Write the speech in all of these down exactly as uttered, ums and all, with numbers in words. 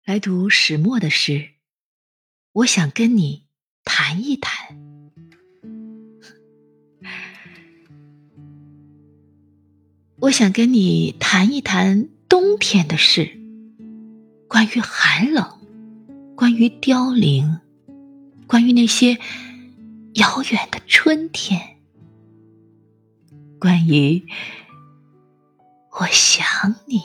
来读始末的诗，我想跟你谈一谈。我想跟你谈一谈冬天的事，关于寒冷，关于凋零，关于那些遥远的春天，关于我想你。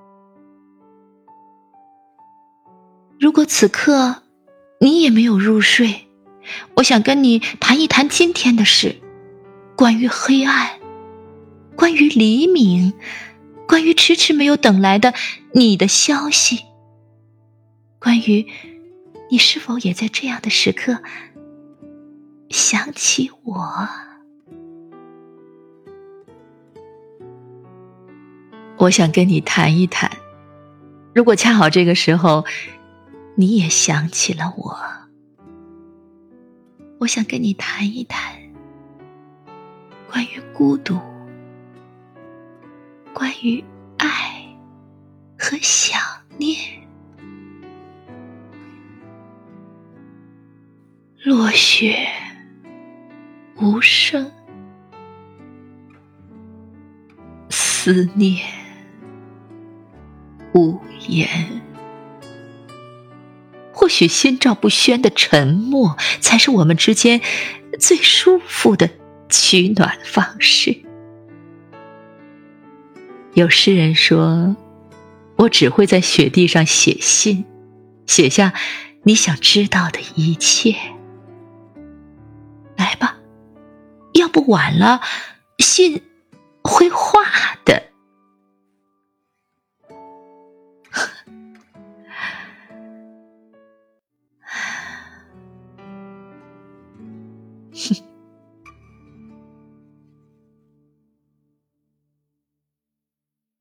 如果此刻你也没有入睡，我想跟你谈一谈今天的事，关于黑暗，关于黎明，关于迟迟没有等来的你的消息，关于你是否也在这样的时刻想起我。我想跟你谈一谈，如果恰好这个时候你也想起了我，我想跟你谈一谈关于孤独，关于爱和想念。落雪无声，思念无言。或许心照不宣的沉默，才是我们之间最舒服的取暖方式。有诗人说，我只会在雪地上写信，写下你想知道的一切。来吧，要不晚了，信会化的。